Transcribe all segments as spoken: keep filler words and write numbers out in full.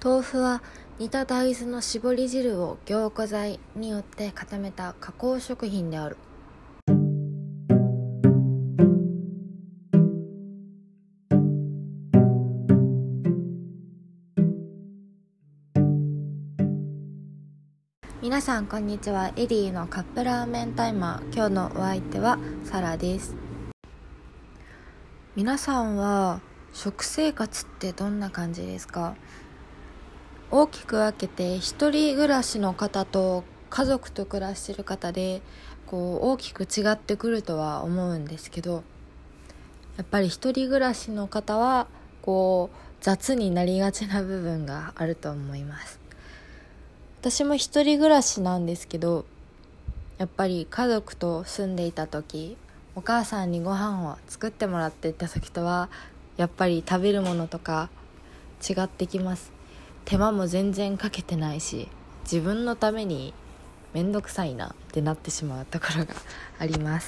豆腐は煮た大豆の絞り汁を凝固剤によって固めた加工食品である。皆さんこんにちは。エリーのカップラーメンタイマー。今日のお相手はサラです。皆さんは食生活ってどんな感じですか？大きく分けて一人暮らしの方と家族と暮らしている方でこう大きく違ってくるとは思うんですけど、やっぱり一人暮らしの方はこう雑になりがちな部分があると思います。私も一人暮らしなんですけど、やっぱり家族と住んでいた時、お母さんにご飯を作ってもらっていた時とはやっぱり食べるものとか違ってきます。手間も全然かけてないし、自分のためにめんどくさいなってなってしまうところがあります。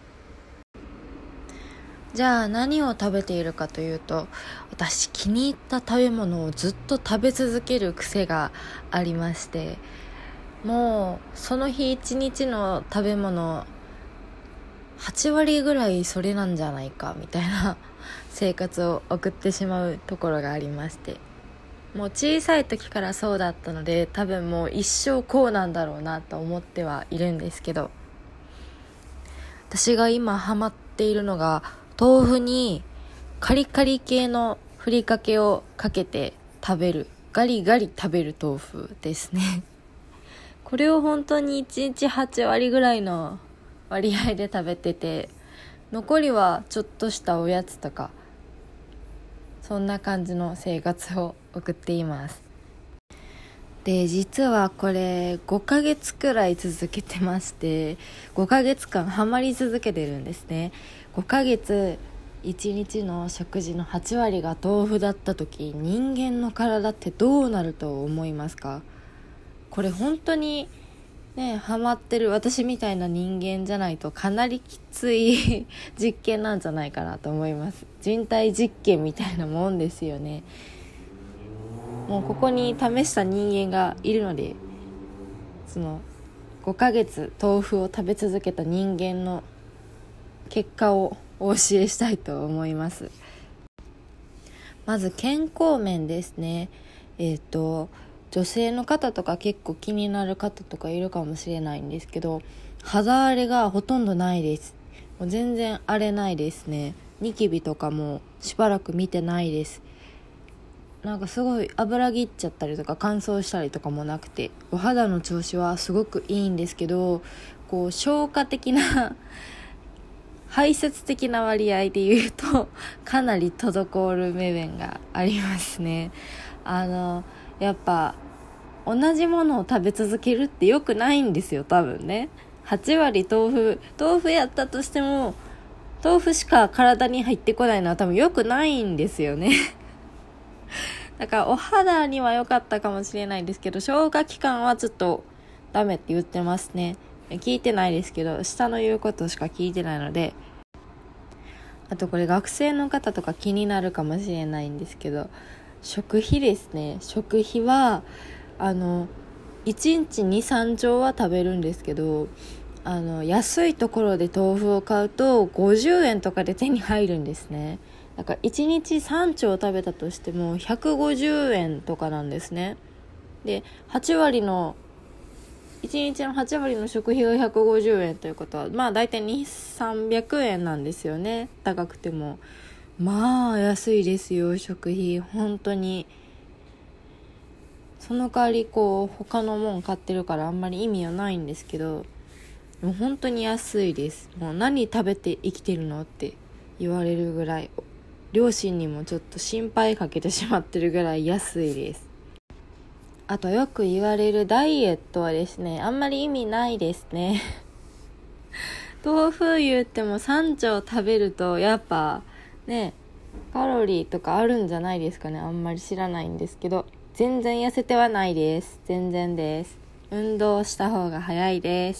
じゃあ何を食べているかというと、私気に入った食べ物をずっと食べ続ける癖がありまして、もうその日一日の食べ物はちわりぐらいそれなんじゃないかみたいな生活を送ってしまうところがありまして、もう小さい時からそうだったので多分もう一生こうなんだろうなと思ってはいるんですけど、私が今ハマっているのが豆腐にカリカリ系のふりかけをかけて食べる、ガリガリ食べる豆腐ですね。これを本当にいちにちはちわりぐらいの割合で食べてて、残りはちょっとしたおやつとかそんな感じの生活を送っています。で、実はこれごかげつくらい続けてまして、ごかげつかんハマり続けてるんですね。ごかげついちにちの食事のはちわりが豆腐だった時、人間の体ってどうなると思いますか？これ本当にね、ハマってる私みたいな人間じゃないとかなりきつい実験なんじゃないかなと思います。人体実験みたいなもんですよね。もうここに試した人間がいるので、そのごかげつ豆腐を食べ続けた人間の結果をお教えしたいと思います。まず健康面ですね。えっと女性の方とか結構気になる方とかいるかもしれないんですけど、肌荒れがほとんどないです。もう全然荒れないですね。ニキビとかもしばらく見てないです。なんかすごい油ぎっちゃったりとか乾燥したりとかもなくて、お肌の調子はすごくいいんですけど、こう消化的な排泄的な割合で言うとかなり滞る部分がありますね。あのやっぱ同じものを食べ続けるって良くないんですよ、多分ね。はちわり豆腐豆腐やったとしても、豆腐しか体に入ってこないのは多分良くないんですよね。だからお肌には良かったかもしれないんですけど、消化器官はちょっとダメって言ってますね。聞いてないですけど、下の言うことしか聞いてないので。あとこれ学生の方とか気になるかもしれないんですけど、食費ですね。食費はあのいちにちに、さんちょうは食べるんですけど、あの安いところで豆腐を買うとごじゅうえんとかで手に入るんですね。だからいちにちさんちょう食べたとしてもひゃくごじゅうえんとかなんですね。ではちわりのいちにちのはちわりの食費がひゃくごじゅうえんということは、まあだいたいにせんさんびゃくえんなんですよね。高くてもまあ安いですよ、食費。本当にその代わりこう他のもん買ってるからあんまり意味はないんですけど、もう本当に安いです。もう何食べて生きてるのって言われるぐらい、両親にもちょっと心配かけてしまってるぐらい安いです。あとよく言われるダイエットはですね、あんまり意味ないですね。豆腐言ってもさんちょう食べるとやっぱね、カロリーとかあるんじゃないですかね。あんまり知らないんですけど、全然痩せてはないです。全然です。運動した方が早いです。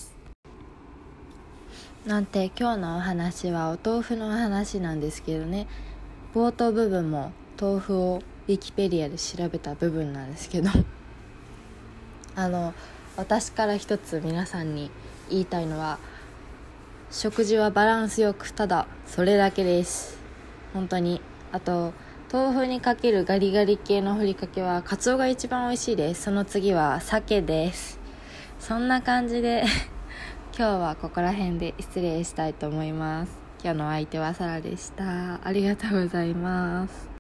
なんて今日のお話はお豆腐の話なんですけどね、冒頭部分も豆腐をウィキペディアで調べた部分なんですけどあの私から一つ皆さんに言いたいのは、食事はバランスよく、ただそれだけです。本当に。あと豆腐にかけるガリガリ系のふりかけはカツオが一番美味しいです。その次は鮭です。そんな感じで今日はここら辺で失礼したいと思います。今日のお相手はサラでした。ありがとうございます。